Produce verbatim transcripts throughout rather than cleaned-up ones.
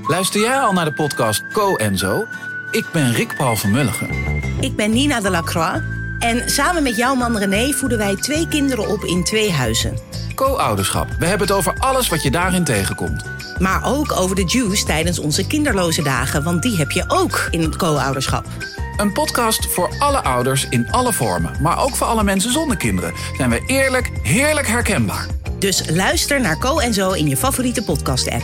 Luister jij al naar de podcast Co en Zo? Ik ben Rick Paul van Mulligen. Ik ben Nina de Lacroix. En samen met jouw man René voeden wij twee kinderen op in twee huizen. Co-ouderschap. We hebben het over alles wat je daarin tegenkomt. Maar ook over de juice tijdens onze kinderloze dagen. Want die heb je ook in het co-ouderschap. Een podcast voor alle ouders in alle vormen. Maar ook voor alle mensen zonder kinderen. Zijn we eerlijk, heerlijk herkenbaar. Dus luister naar Co en Zo in je favoriete podcast-app.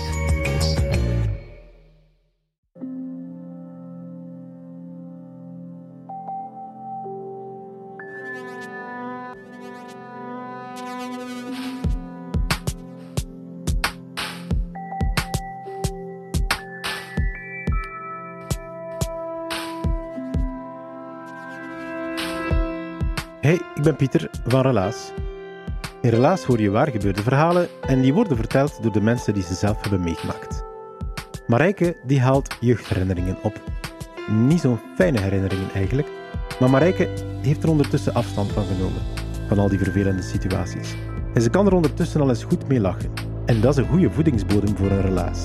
Hey, ik ben Pieter van Relaas. In Relaas hoor je waar gebeurde verhalen en die worden verteld door de mensen die ze zelf hebben meegemaakt. Marijke die haalt jeugdherinneringen op. Niet zo'n fijne herinneringen eigenlijk, maar Marijke heeft er ondertussen afstand van genomen, van al die vervelende situaties. En ze kan er ondertussen al eens goed mee lachen. En dat is een goede voedingsbodem voor een relaas.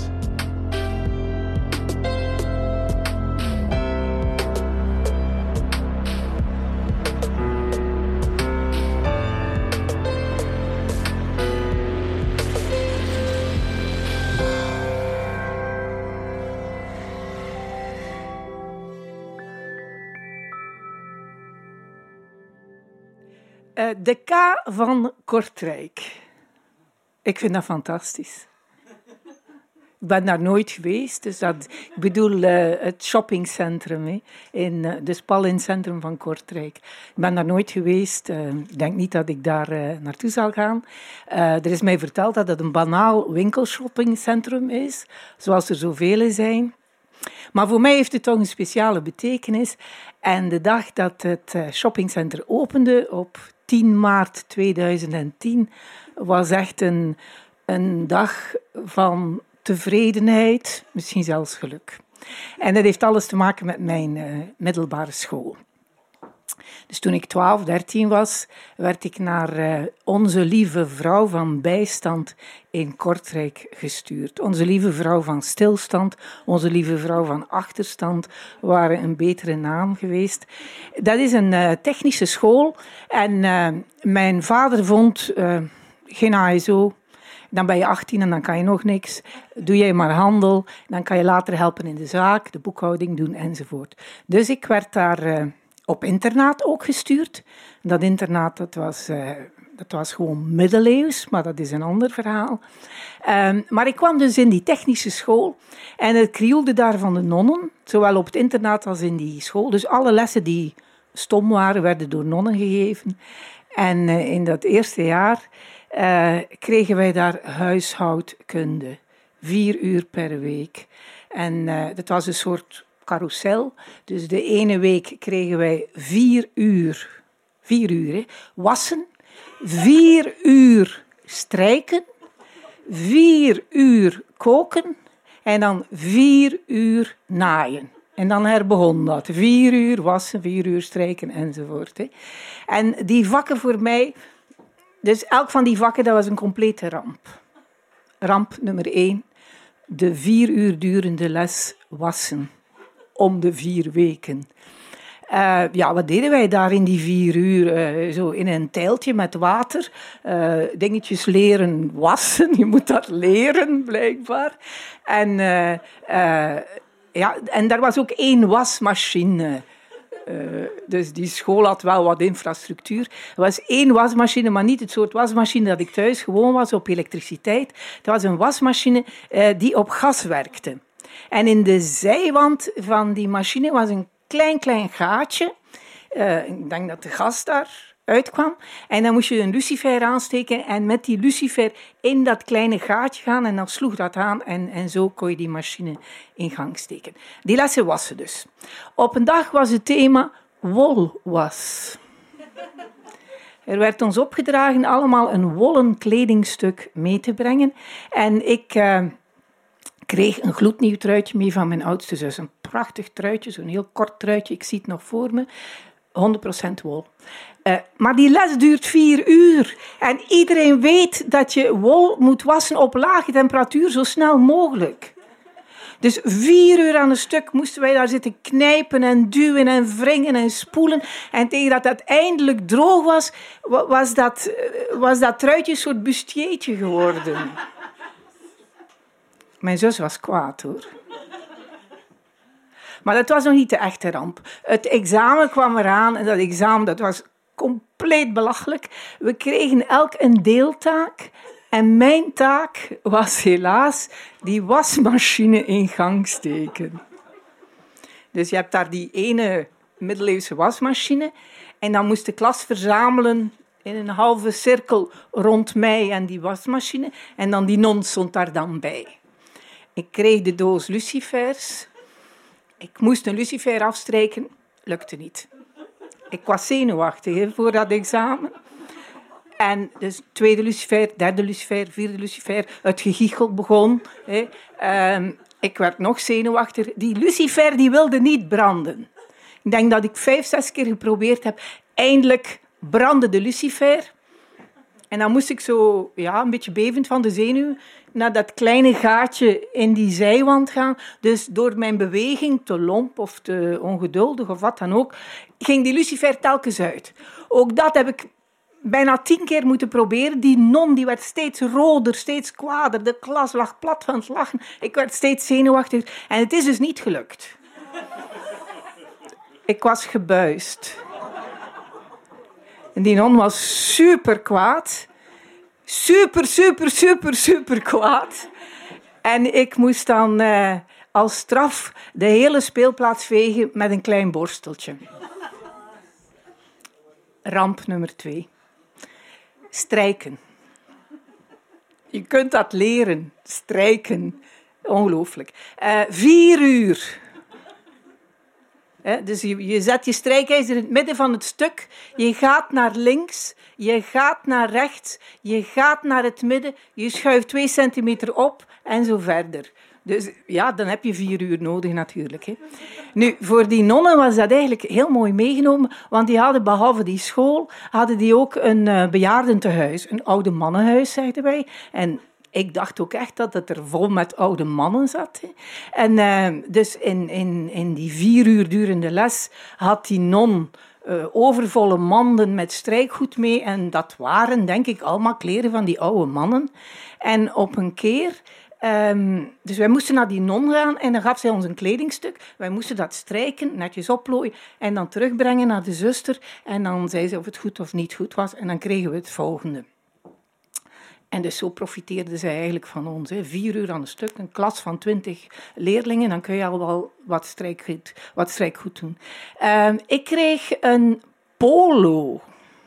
Uh, de K van Kortrijk. Ik vind dat fantastisch. Ik ben daar nooit geweest. Dus dat, ik bedoel uh, het shoppingcentrum. Hè, in, uh, de Spal in het centrum van Kortrijk. Ik ben daar nooit geweest. Uh, ik denk niet dat ik daar uh, naartoe zal gaan. Uh, er is mij verteld dat het een banaal winkelshoppingcentrum is. Zoals er zoveel zijn. Maar voor mij heeft het toch een speciale betekenis. En de dag dat het uh, shoppingcentrum opende op tien maart tweeduizend tien was echt een, een dag van tevredenheid, misschien zelfs geluk. En dat heeft alles te maken met mijn uh, middelbare school. Dus toen ik twaalf, dertien was, werd ik naar uh, Onze Lieve Vrouw van Bijstand in Kortrijk gestuurd. Onze Lieve Vrouw van Stilstand, Onze Lieve Vrouw van Achterstand waren een betere naam geweest. Dat is een uh, technische school en uh, mijn vader vond uh, geen A S O. Dan ben je achttien en dan kan je nog niks. Doe jij maar handel, dan kan je later helpen in de zaak, de boekhouding doen enzovoort. Dus ik werd daar Uh, op internaat ook gestuurd. Dat internaat dat was, uh, dat was gewoon middeleeuws, maar dat is een ander verhaal. Um, maar ik kwam dus in die technische school en het krioelde daar van de nonnen, zowel op het internaat als in die school. Dus alle lessen die stom waren, werden door nonnen gegeven. En uh, in dat eerste jaar uh, kregen wij daar huishoudkunde. Vier uur per week. En uh, dat was een soort carousel. Dus de ene week kregen wij vier uur, vier uur hè, wassen, vier uur strijken, vier uur koken en dan vier uur naaien. En dan herbegon dat. Vier uur wassen, vier uur strijken enzovoort. Hè. En die vakken voor mij, dus elk van die vakken, dat was een complete ramp. Ramp nummer één, de vier uur durende les wassen. Om de vier weken. Uh, ja, wat deden wij daar in die vier uur? Uh, zo in een teiltje met water. Uh, dingetjes leren wassen. Je moet dat leren, blijkbaar. En, uh, uh, ja, en daar was ook één wasmachine. Uh, dus die school had wel wat infrastructuur. Er was één wasmachine, maar niet het soort wasmachine dat ik thuis gewoon was op elektriciteit. Het was een wasmachine uh, die op gas werkte. En in de zijwand van die machine was een klein, klein gaatje. Uh, ik denk dat de gas daar uitkwam. En dan moest je een lucifer aansteken en met die lucifer in dat kleine gaatje gaan. En dan sloeg dat aan en, en zo kon je die machine in gang steken. Die lessen wassen dus. Op een dag was het thema wolwas. Er werd ons opgedragen allemaal een wollen kledingstuk mee te brengen. En ik Uh, kreeg een gloednieuw truitje mee van mijn oudste zus. Een prachtig truitje, zo'n heel kort truitje. Ik zie het nog voor me. honderd procent wol. Uh, maar die les duurt vier uur. En iedereen weet dat je wol moet wassen op lage temperatuur zo snel mogelijk. Dus vier uur aan een stuk moesten wij daar zitten knijpen en duwen en wringen en spoelen. En tegen dat het eindelijk droog was, was dat, was dat truitje een soort bustiertje geworden. Mijn zus was kwaad, hoor. Maar dat was nog niet de echte ramp. Het examen kwam eraan en dat examen dat was compleet belachelijk. We kregen elk een deeltaak. En mijn taak was helaas die wasmachine in gang steken. Dus je hebt daar die ene middeleeuwse wasmachine. En dan moest de klas verzamelen in een halve cirkel rond mij en die wasmachine. En dan die non stond daar dan bij. Ik kreeg de doos lucifers. Ik moest een lucifer afstrijken. Lukte niet. Ik was zenuwachtig hè, voor dat examen. En dus tweede lucifer, derde lucifer, vierde lucifer. Het gegiechel begon. Hè. Um, ik werd nog zenuwachtiger. Die lucifer die wilde niet branden. Ik denk dat ik vijf, zes keer geprobeerd heb. Eindelijk brandde de lucifer. En dan moest ik zo ja, een beetje bevend van de zenuw naar dat kleine gaatje in die zijwand gaan. Dus door mijn beweging, te lomp of te ongeduldig of wat dan ook, ging die lucifer telkens uit. Ook dat heb ik bijna tien keer moeten proberen. Die non die werd steeds roder, steeds kwader. De klas lag plat van het lachen. Ik werd steeds zenuwachtiger. En het is dus niet gelukt. Ik was gebuist. En die non was super kwaad. Super, super, super, super kwaad. En ik moest dan uh, als straf de hele speelplaats vegen met een klein borsteltje. Ramp nummer twee. Strijken. Je kunt dat leren. Strijken. Ongelooflijk. Uh, vier uur. He, dus je, je zet je strijkijzer in het midden van het stuk. Je gaat naar links. Je gaat naar rechts. Je gaat naar het midden. Je schuift twee centimeter op en zo verder. Dus ja, dan heb je vier uur nodig natuurlijk. Hè. Nu, voor die nonnen was dat eigenlijk heel mooi meegenomen, want die hadden behalve die school, hadden die ook een uh, bejaardentehuis. Een oude mannenhuis, zeiden wij. En ik dacht ook echt dat het er vol met oude mannen zat. Hè. En uh, dus in, in, in die vier uur durende les had die non uh, overvolle manden met strijkgoed mee. En dat waren, denk ik, allemaal kleren van die oude mannen. En op een keer... Um, dus wij moesten naar die non gaan en dan gaf zij ons een kledingstuk. Wij moesten dat strijken, netjes oplooien en dan terugbrengen naar de zuster. En dan zei ze of het goed of niet goed was en dan kregen we het volgende. En dus zo profiteerde zij eigenlijk van ons. Hè. Vier uur aan een stuk, een klas van twintig leerlingen, dan kun je al wel wat strijkgoed, wat strijkgoed doen. Um, ik kreeg een polo.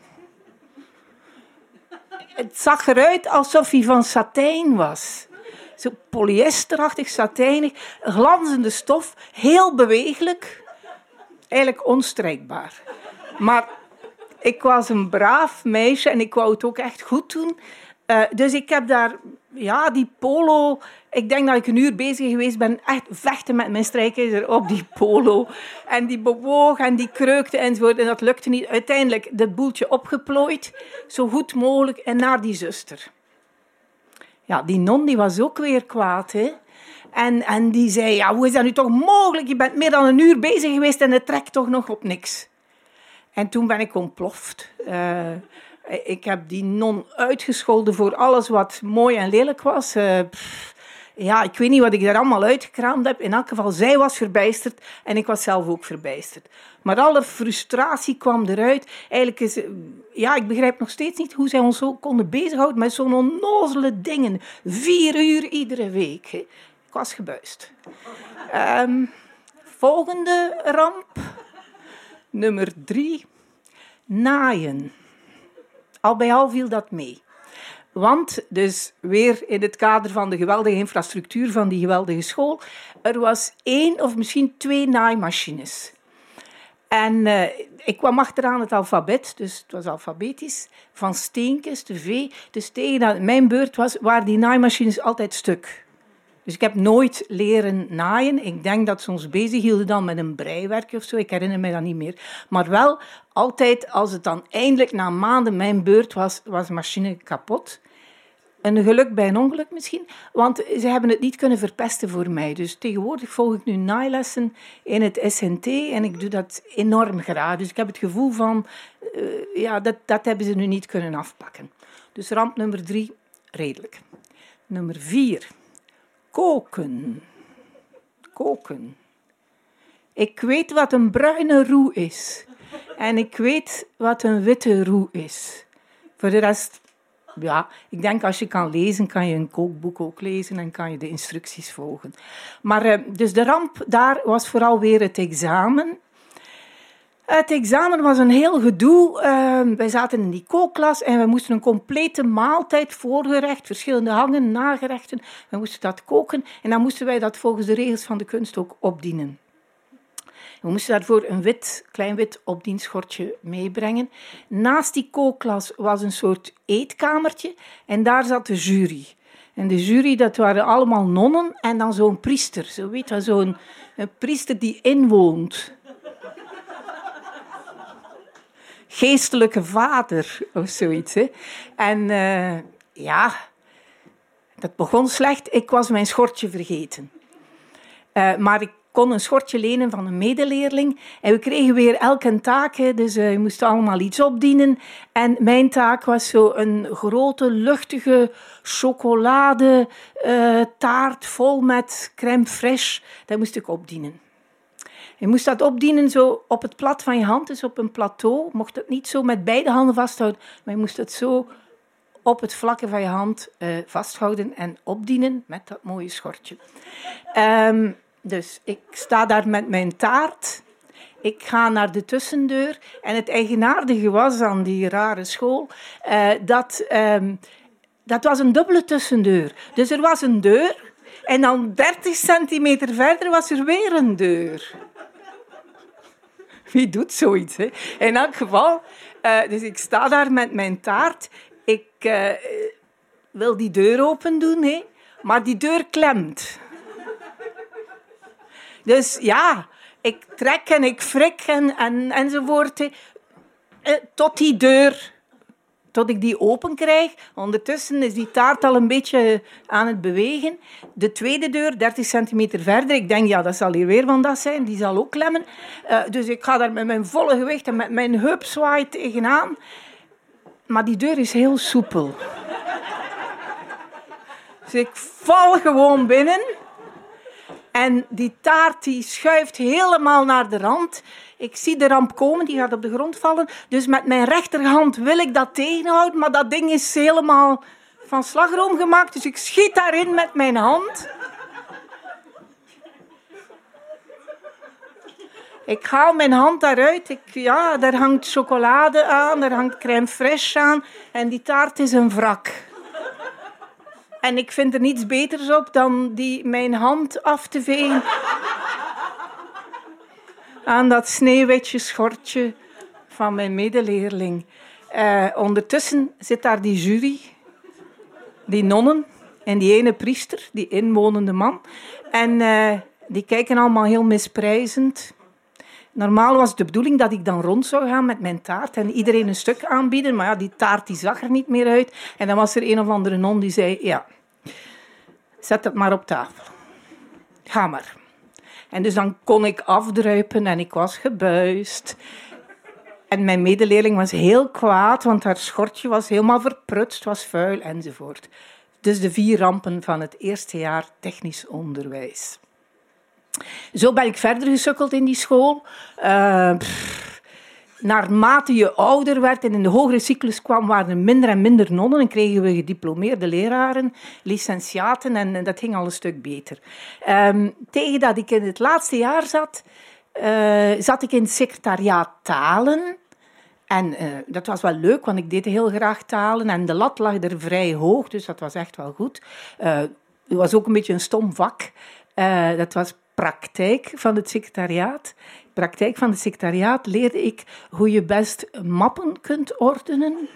Het zag eruit alsof hij van satijn was. Zo polyesterachtig, satijnig, glanzende stof, heel bewegelijk, eigenlijk onstrijkbaar. Maar ik was een braaf meisje en ik wou het ook echt goed doen. Uh, dus ik heb daar, ja, die polo... Ik denk dat ik een uur bezig geweest ben, echt vechten met mijn strijkijzer op die polo. En die bewoog en die kreukte enzovoort. En dat lukte niet. Uiteindelijk dat boeltje opgeplooid, zo goed mogelijk, en naar die zuster. Ja, die non die was ook weer kwaad, hè. En, en die zei, ja, hoe is dat nu toch mogelijk? Je bent meer dan een uur bezig geweest en het trekt toch nog op niks. En toen ben ik ontploft. Uh, ik heb die non uitgescholden voor alles wat mooi en lelijk was. Uh, pff, ja, ik weet niet wat ik daar allemaal uitgekraamd heb. In elk geval, zij was verbijsterd en ik was zelf ook verbijsterd. Maar alle frustratie kwam eruit. Eigenlijk is, ja, ik begrijp nog steeds niet hoe zij ons zo konden bezighouden met zo'n onnozele dingen. Vier uur iedere week. Hè. Ik was gebuist. Um, volgende ramp. Nummer drie. Naaien. Al bij al viel dat mee. Want, dus weer in het kader van de geweldige infrastructuur van die geweldige school, er was één of misschien twee naaimachines. En uh, ik kwam achteraan het alfabet, dus het was alfabetisch, van Steenkes, de V. Dus tegen dat mijn beurt was, waren die naaimachines altijd stuk. Dus ik heb nooit leren naaien. Ik denk dat ze ons bezig hielden dan met een breiwerk of zo. Ik herinner me dat niet meer. Maar wel, altijd als het dan eindelijk na maanden mijn beurt was, was de machine kapot. een geluk bij een ongeluk misschien, want ze hebben het niet kunnen verpesten voor mij. Dus tegenwoordig volg ik nu naailessen in het S N T en ik doe dat enorm graag. Dus ik heb het gevoel van, uh, ja, dat, dat hebben ze nu niet kunnen afpakken. Dus ramp nummer drie, redelijk. Nummer vier, koken. Koken. Ik weet wat een bruine roe is. En ik weet wat een witte roe is. Voor de rest, ja, ik denk als je kan lezen, kan je een kookboek ook lezen en kan je de instructies volgen. Maar uh, dus de ramp daar was vooral weer het examen. Het examen was een heel gedoe. Uh, wij zaten in die kookklas en we moesten een complete maaltijd, voorgerecht, verschillende hangen, nagerechten. We moesten dat koken en dan moesten wij dat volgens de regels van de kunst ook opdienen. We moesten daarvoor een wit, klein wit opdienschortje meebrengen. Naast die kookklas was een soort eetkamertje en daar zat de jury. En de jury, dat waren allemaal nonnen en dan zo'n priester. Zo weet je, zo'n een priester die inwoont. Geestelijke vader of zoiets. Hè. En uh, ja, dat begon slecht. Ik was mijn schortje vergeten. Uh, maar ik kon een schortje lenen van een medeleerling. En we kregen weer elk een taak. Hè. Dus uh, we moesten allemaal iets opdienen. En mijn taak was zo een grote, luchtige chocolade uh, taart vol met crème fraîche. Dat moest ik opdienen. Je moest dat opdienen zo op het plat van je hand, dus op een plateau. Je mocht het niet zo met beide handen vasthouden, maar je moest het zo op het vlakke van je hand uh, vasthouden en opdienen met dat mooie schortje. Um, dus ik sta daar met mijn taart. Ik ga naar de tussendeur. En het eigenaardige was aan die rare school, uh, dat, um, dat was een dubbele tussendeur. Dus er was een deur en dan dertig centimeter verder was er weer een deur. Wie doet zoiets? Hè? In elk geval, uh, dus ik sta daar met mijn taart. Ik uh, wil die deur open doen, hè? Maar die deur klemt. Dus ja, ik trek en ik frik en, en, enzovoort. Hè? Uh, tot die deur, tot ik die open krijg. Ondertussen is die taart al een beetje aan het bewegen. De tweede deur, dertig centimeter verder. Ik denk, ja, dat zal hier weer van dat zijn. Die zal ook klemmen. Uh, dus ik ga daar met mijn volle gewicht en met mijn heup zwaai tegenaan. Maar die deur is heel soepel. Dus ik val gewoon binnen. En die taart die schuift helemaal naar de rand. Ik zie de ramp komen, die gaat op de grond vallen. Dus met mijn rechterhand wil ik dat tegenhouden, maar dat ding is helemaal van slagroom gemaakt. Dus ik schiet daarin met mijn hand. Ik haal mijn hand daaruit. Ik, ja, daar hangt chocolade aan, daar hangt crème fraîche aan. En die taart is een wrak. En ik vind er niets beters op dan die mijn hand af te vegen aan dat sneeuwwitje schortje van mijn medeleerling. Uh, ondertussen zit daar die jury, die nonnen en die ene priester, die inwonende man. En uh, die kijken allemaal heel misprijzend. Normaal was het de bedoeling dat ik dan rond zou gaan met mijn taart en iedereen een stuk aanbieden. Maar ja, die taart die zag er niet meer uit. En dan was er een of andere non die zei, ja, zet het maar op tafel. Ga maar. En dus dan kon ik afdruipen en ik was gebuist. En mijn medeleerling was heel kwaad, want haar schortje was helemaal verprutst, was vuil enzovoort. Dus de vier rampen van het eerste jaar technisch onderwijs. Zo ben ik verder gesukkeld in die school. Uh, pff, naarmate je ouder werd en in de hogere cyclus kwam, waren er minder en minder nonnen en kregen we gediplomeerde leraren, licentiaten en, en dat ging al een stuk beter. Um, tegen dat ik in het laatste jaar zat, uh, zat ik in het secretariaat talen. En uh, dat was wel leuk, want ik deed heel graag talen en de lat lag er vrij hoog, dus dat was echt wel goed. Uh, het was ook een beetje een stom vak. Uh, dat was praktijk van het secretariaat. Praktijk van het secretariaat leerde ik hoe je best mappen kunt ordenen.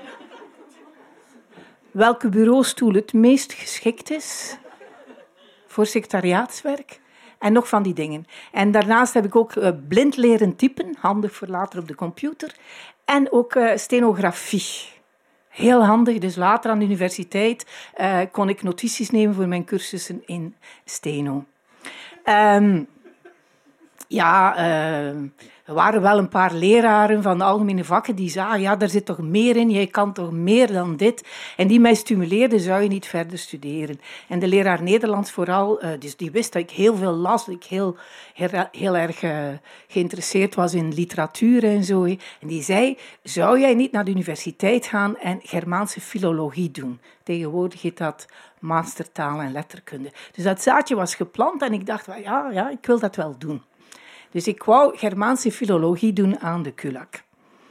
Welke bureaustoel het meest geschikt is voor secretariaatswerk. En nog van die dingen. En daarnaast heb ik ook uh, blind leren typen, handig voor later op de computer. En ook uh, stenografie Heel handig. Dus later aan de universiteit uh, kon ik notities nemen voor mijn cursussen in steno. Um, ja, uh, er waren wel een paar leraren van de algemene vakken die zagen, ja, daar zit toch meer in, jij kan toch meer dan dit. En die mij stimuleerden, zou je niet verder studeren. En de leraar Nederlands vooral, uh, dus die wist dat ik heel veel las, dat ik heel, heel, heel erg uh, geïnteresseerd was in literatuur en zo. En die zei, zou jij niet naar de universiteit gaan en Germaanse filologie doen? Tegenwoordig heet dat mastertaal en letterkunde. Dus dat zaadje was geplant en ik dacht, ja, ja, ik wil dat wel doen. Dus ik wou Germaanse filologie doen aan de C U L A C.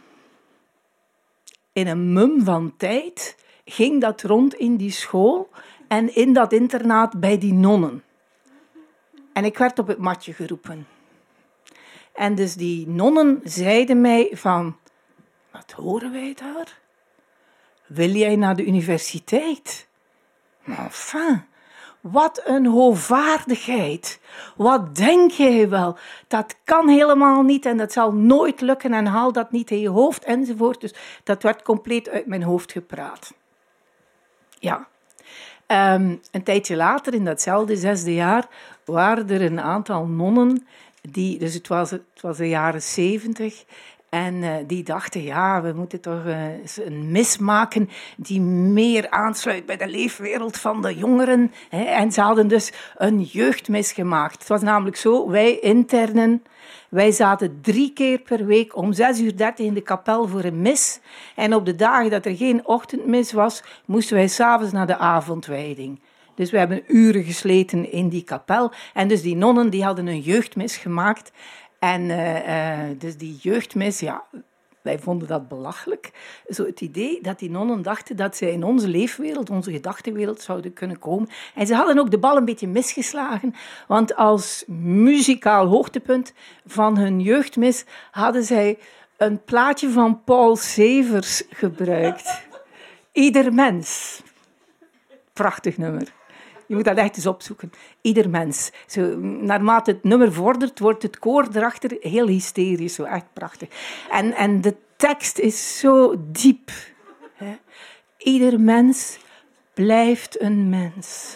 In een mum van tijd ging dat rond in die school en in dat internaat bij die nonnen. En ik werd op het matje geroepen. En dus die nonnen zeiden mij van, wat horen wij daar? Wil jij naar de universiteit? Maar enfin... Wat een hoogvaardigheid. Wat denk jij wel? Dat kan helemaal niet en dat zal nooit lukken en haal dat niet in je hoofd enzovoort. Dus dat werd compleet uit mijn hoofd gepraat. Ja. Um, een tijdje later, in datzelfde zesde jaar, waren er een aantal nonnen die, dus het was, het was de jaren zeventig, en uh, die dachten, ja, we moeten toch uh, een mis maken die meer aansluit bij de leefwereld van de jongeren. Hè. En ze hadden dus een jeugdmis gemaakt. Het was namelijk zo, wij internen, wij zaten drie keer per week om zes uur dertig in de kapel voor een mis. En op de dagen dat er geen ochtendmis was, moesten wij 's avonds naar de avondwijding. Dus we hebben uren gesleten in die kapel. En dus die nonnen die hadden een jeugdmis gemaakt. En uh, uh, dus die jeugdmis, ja, wij vonden dat belachelijk. Zo het idee dat die nonnen dachten dat zij in onze leefwereld, onze gedachtenwereld zouden kunnen komen. En ze hadden ook de bal een beetje misgeslagen, want als muzikaal hoogtepunt van hun jeugdmis hadden zij een plaatje van Paul Severs gebruikt. Ieder mens. Prachtig nummer. Je moet dat echt eens opzoeken. Ieder mens. Zo, naarmate het nummer vordert, wordt het koor erachter heel hysterisch. Zo, echt prachtig. En, en de tekst is zo diep. Hè. Ieder mens blijft een mens.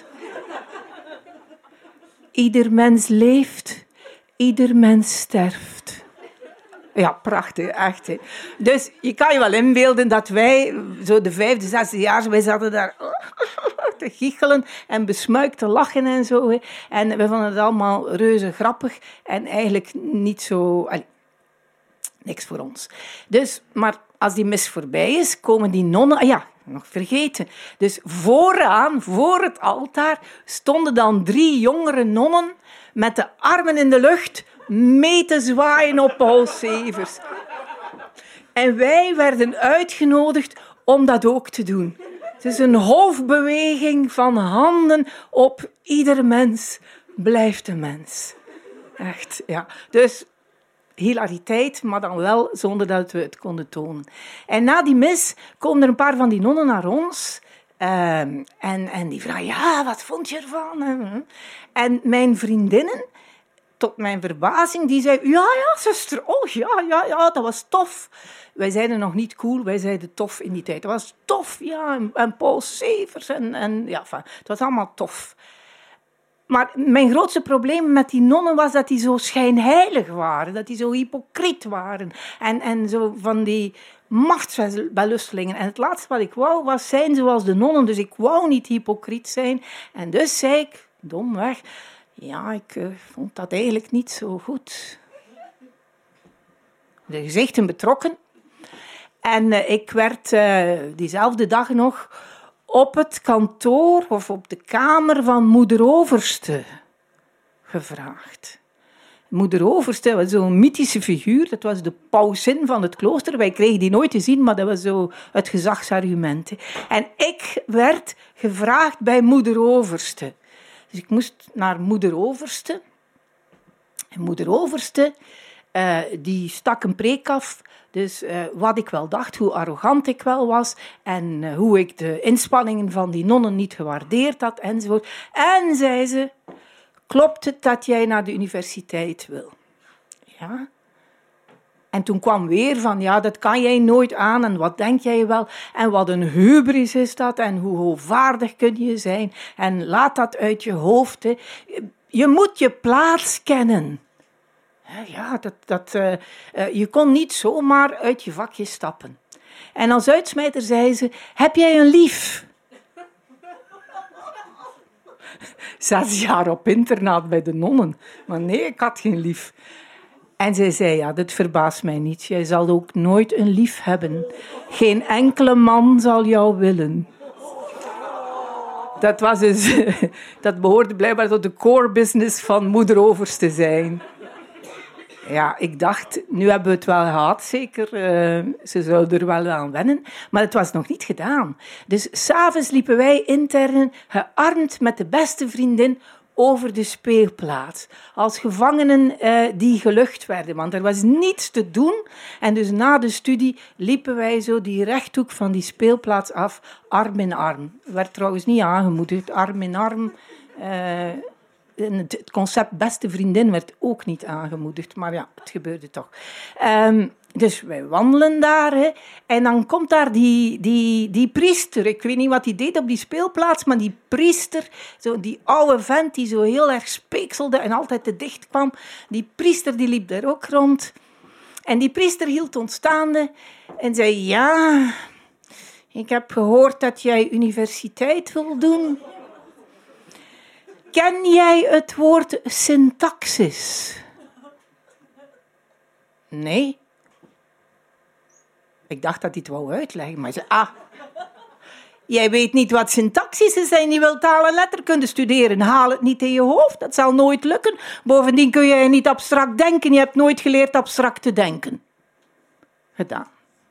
Ieder mens leeft. Ieder mens sterft. Ja, prachtig, echt. Hè. Dus je kan je wel inbeelden dat wij, zo de vijfde, zesde jaar, wij zaten daar te giechelen en besmuikt te lachen en zo. Hè. En we vonden het allemaal reuze grappig en eigenlijk niet zo... Allez, niks voor ons. Dus, maar als die mis voorbij is, komen die nonnen... Ah ja, nog vergeten. Dus vooraan, voor het altaar, stonden dan drie jongere nonnen met de armen in de lucht mee te zwaaien op Paul Severs. En wij werden uitgenodigd om dat ook te doen. Het is een hoofdbeweging van handen op ieder mens blijft een mens. Echt, ja. Dus hilariteit, maar dan wel zonder dat we het konden tonen. En na die mis komen er een paar van die nonnen naar ons. Uh, en, en die vragen, ja, wat vond je ervan? En mijn vriendinnen, tot mijn verbazing, die zei, ja, ja, zuster, oh, ja, ja, ja, dat was tof. Wij zeiden nog niet cool, wij zeiden tof in die tijd. Dat was tof, ja, en, en Paul Severs, en, en ja, enfin, het was allemaal tof. Maar mijn grootste probleem met die nonnen was dat die zo schijnheilig waren, dat die zo hypocriet waren en, en zo van die machtsbelustelingen. En het laatste wat ik wou was zijn zoals de nonnen, dus ik wou niet hypocriet zijn. En dus zei ik, domweg, ja, ik uh, vond dat eigenlijk niet zo goed. De gezichten betrokken. En uh, ik werd uh, diezelfde dag nog op het kantoor of op de kamer van moeder Overste gevraagd. Moeder Overste was zo'n mythische figuur. Dat was de pausin van het klooster. Wij kregen die nooit te zien, maar dat was zo het gezagsargument. En ik werd gevraagd bij moeder Overste. Dus ik moest naar moeder Overste. En moeder Overste, uh, die stak een preek af. Dus uh, wat ik wel dacht, hoe arrogant ik wel was. En uh, hoe ik de inspanningen van die nonnen niet gewaardeerd had, enzovoort. En zei ze, klopt het dat jij naar de universiteit wil? Ja. En toen kwam weer van, ja, dat kan jij nooit aan. En wat denk jij wel? En wat een hubris is dat. En hoe hoogvaardig kun je zijn. En laat dat uit je hoofd. Hè. Je moet je plaats kennen. Ja, dat, dat, uh, uh, je kon niet zomaar uit je vakje stappen. En als uitsmijter zei ze, heb jij een lief? Zes jaar op internaat bij de nonnen. Maar nee, ik had geen lief. En zij zei, ja, dat verbaast mij niet. Jij zal ook nooit een lief hebben. Geen enkele man zal jou willen. Dat, was dus, dat behoorde blijkbaar tot de core business van moeder Overs te zijn. Ja, ik dacht, nu hebben we het wel gehad, zeker. Uh, ze zouden er wel aan wennen. Maar het was nog niet gedaan. Dus 's avonds liepen wij internen gearmd met de beste vriendin over de speelplaats. Als gevangenen uh, die gelucht werden. Want er was niets te doen. En dus na de studie liepen wij zo die rechthoek van die speelplaats af, arm in arm. Werd trouwens niet aangemoedigd, arm in arm. Uh, Het concept beste vriendin werd ook niet aangemoedigd, maar ja, het gebeurde toch. Um, dus wij wandelen daar, hè, en dan komt daar die, die, die priester. Ik weet niet wat hij deed op die speelplaats, maar die priester, zo die oude vent die zo heel erg speekselde en altijd te dicht kwam, die priester die liep daar ook rond. En die priester hield ons staande en zei, ja, ik heb gehoord dat jij universiteit wil doen. Ken jij het woord syntaxis? Nee. Ik dacht dat hij het wou uitleggen, maar hij zei, ah, jij weet niet wat syntaxis is en je wilt taal en letterkunde studeren. Haal het niet in je hoofd, dat zal nooit lukken. Bovendien kun je niet abstract denken, je hebt nooit geleerd abstract te denken. Gedaan.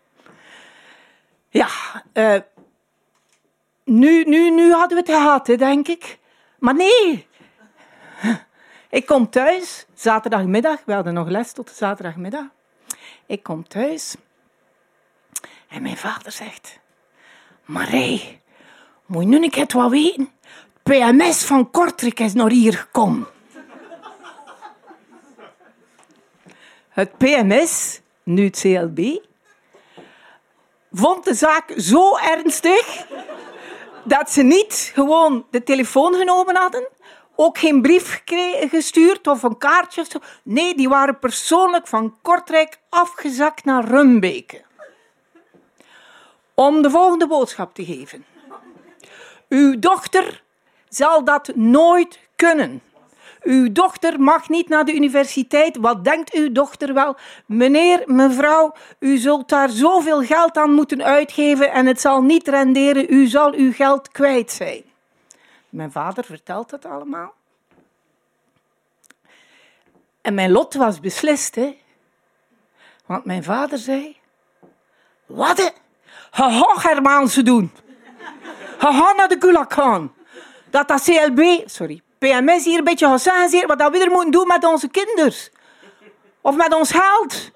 Ja, uh, nu, nu, nu hadden we het gehad, hè, denk ik. Maar nee, ik kom thuis, zaterdagmiddag, we hadden nog les tot de zaterdagmiddag. Ik kom thuis en mijn vader zegt, Marij, moet je nu een keer wat weten? Het P M S van Kortrijk is naar hier gekomen. Het P M S, nu het C L B, vond de zaak zo ernstig dat ze niet gewoon de telefoon genomen hadden, ook geen brief gestuurd of een kaartje. Of zo. Nee, die waren persoonlijk van Kortrijk afgezakt naar Rumbeke. Om de volgende boodschap te geven. Uw dochter zal dat nooit kunnen. Uw dochter mag niet naar de universiteit. Wat denkt uw dochter wel? Meneer, mevrouw, u zult daar zoveel geld aan moeten uitgeven en het zal niet renderen. U zal uw geld kwijt zijn. Mijn vader vertelt dat allemaal. En mijn lot was beslist, hè. Want mijn vader zei, wat? Ga ga Germaanse doen. Ga ga naar de gulag gaan. Dat dat C L B, sorry, P M S hier een beetje gaat zeggen, wat we er moeten doen met onze kinderen. Of met ons geld.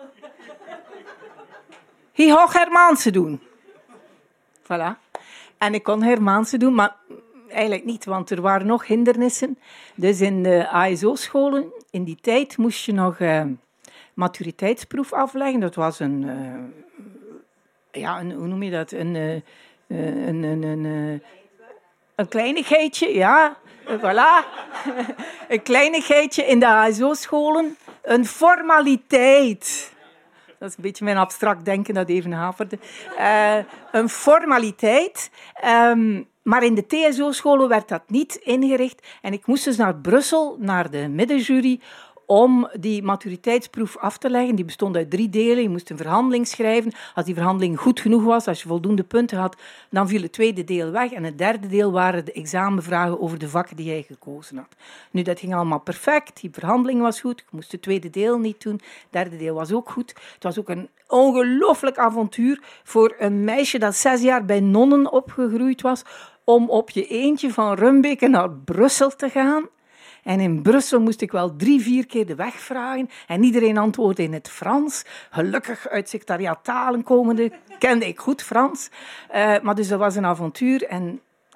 Hij gaat Germaanse doen. Voilà. En ik kon Germaanse doen, maar eigenlijk niet, want er waren nog hindernissen. Dus in de A S O-scholen, in die tijd, moest je nog uh, maturiteitsproef afleggen. Dat was een, uh, ja, een, hoe noem je dat? Een, uh, een, een, een, uh, een kleinigheidje, ja. Voilà. Een kleinigheidje in de A S O-scholen. Een formaliteit. Dat is een beetje mijn abstract denken dat even haperde. Uh, een formaliteit. Um, maar in de T S O-scholen werd dat niet ingericht. En ik moest dus naar Brussel, naar de middenjury, om die maturiteitsproef af te leggen. Die bestond uit drie delen. Je moest een verhandeling schrijven. Als die verhandeling goed genoeg was, als je voldoende punten had, dan viel het tweede deel weg. En het derde deel waren de examenvragen over de vakken die jij gekozen had. Nu, dat ging allemaal perfect. Die verhandeling was goed. Ik moest het tweede deel niet doen. Het derde deel was ook goed. Het was ook een ongelooflijk avontuur voor een meisje dat zes jaar bij nonnen opgegroeid was, om op je eentje van Rumbeke naar Brussel te gaan. En in Brussel moest ik wel drie, vier keer de weg vragen. En iedereen antwoordde in het Frans. Gelukkig uit secretariaat talen komende kende ik goed Frans. Uh, maar dus dat was een avontuur. En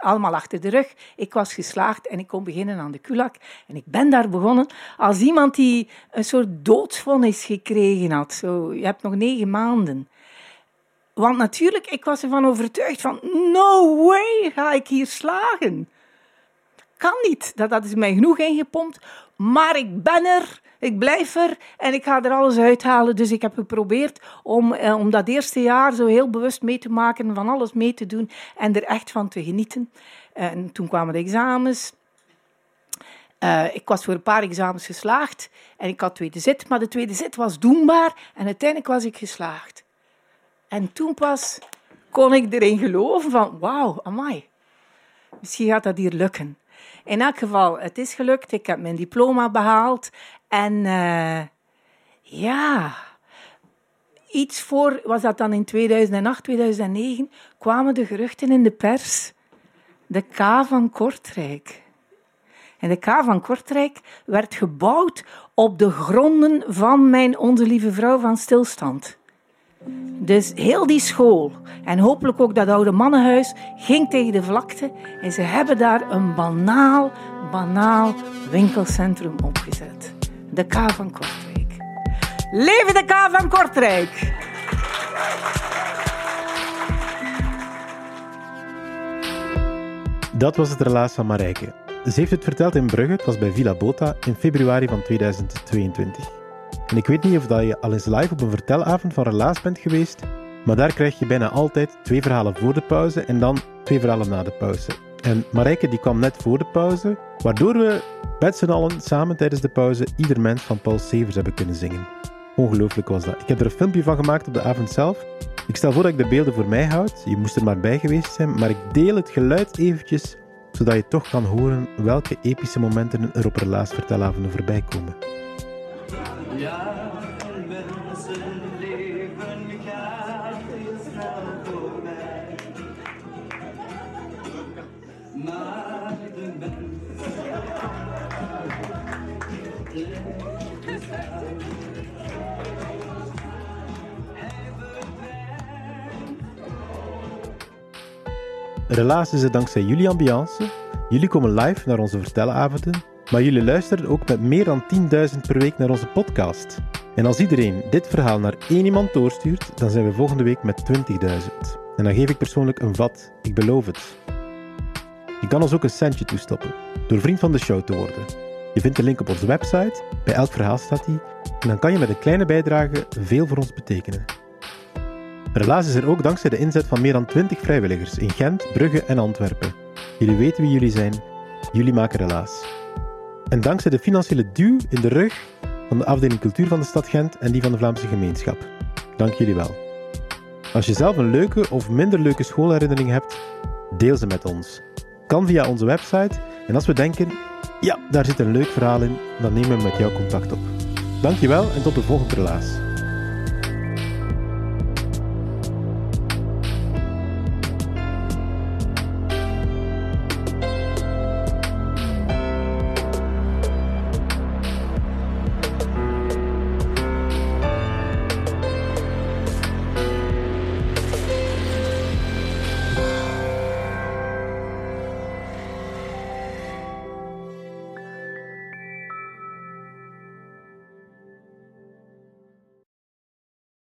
allemaal achter de rug. Ik was geslaagd en ik kon beginnen aan de K U L A C. En ik ben daar begonnen als iemand die een soort doodsvonnis gekregen had. Zo, je hebt nog negen maanden. Want natuurlijk, ik was ervan overtuigd van... No way ga ik hier slagen. Dat kan niet. Dat, dat is mij genoeg ingepompt. Maar ik ben er... Ik blijf er en ik ga er alles uithalen. Dus ik heb geprobeerd om, eh, om dat eerste jaar zo heel bewust mee te maken, van alles mee te doen en er echt van te genieten. En toen kwamen de examens. Uh, ik was voor een paar examens geslaagd en ik had tweede zit, maar de tweede zit was doenbaar en uiteindelijk was ik geslaagd. En toen pas kon ik erin geloven van, wauw, amai, misschien gaat dat hier lukken. In elk geval, het is gelukt. Ik heb mijn diploma behaald. En uh, ja, iets voor, was dat dan in tweeduizend acht, tweeduizend negen, kwamen de geruchten in de pers. De K van Kortrijk. En de K van Kortrijk werd gebouwd op de gronden van mijn Onze Lieve Vrouw van Stilstand. Dus heel die school en hopelijk ook dat oude mannenhuis ging tegen de vlakte en ze hebben daar een banaal, banaal winkelcentrum opgezet. De K van Kortrijk. Leven de K van Kortrijk! Dat was het relaas van Marijke. Ze heeft het verteld in Brugge, het was bij Villa Bota in februari van tweeduizend tweeëntwintig. En ik weet niet of je al eens live op een vertelavond van Relaas bent geweest, maar daar krijg je bijna altijd twee verhalen voor de pauze en dan twee verhalen na de pauze. En Marijke die kwam net voor de pauze, waardoor we met z'n allen samen tijdens de pauze ieder mens van Paul Severs hebben kunnen zingen. Ongelooflijk was dat. Ik heb er een filmpje van gemaakt op de avond zelf. Ik stel voor dat ik de beelden voor mij houd. Je moest er maar bij geweest zijn, maar ik deel het geluid eventjes, zodat je toch kan horen welke epische momenten er op Relaas vertelavonden voorbij komen. Ja, mensenleven gaat heel snel voorbij. Maar de mens... Relaas is het dankzij jullie ambiance. Jullie komen live naar onze vertelavonden, maar jullie luisteren ook met meer dan tienduizend per week naar onze podcast. En als iedereen dit verhaal naar één iemand doorstuurt, dan zijn we volgende week met twintigduizend. En dan geef ik persoonlijk een vat, ik beloof het. Je kan ons ook een centje toestoppen, door vriend van de show te worden. Je vindt de link op onze website, bij elk verhaal staat die, en dan kan je met een kleine bijdrage veel voor ons betekenen. Relaas is er ook dankzij de inzet van meer dan twintig vrijwilligers in Gent, Brugge en Antwerpen. Jullie weten wie jullie zijn, jullie maken Relaas. En dankzij de financiële duw in de rug van de afdeling cultuur van de stad Gent en die van de Vlaamse gemeenschap. Dank jullie wel. Als je zelf een leuke of minder leuke schoolherinnering hebt, deel ze met ons. Kan via onze website en als we denken, ja, daar zit een leuk verhaal in, dan nemen we met jou contact op. Dankjewel en tot de volgende Relaas.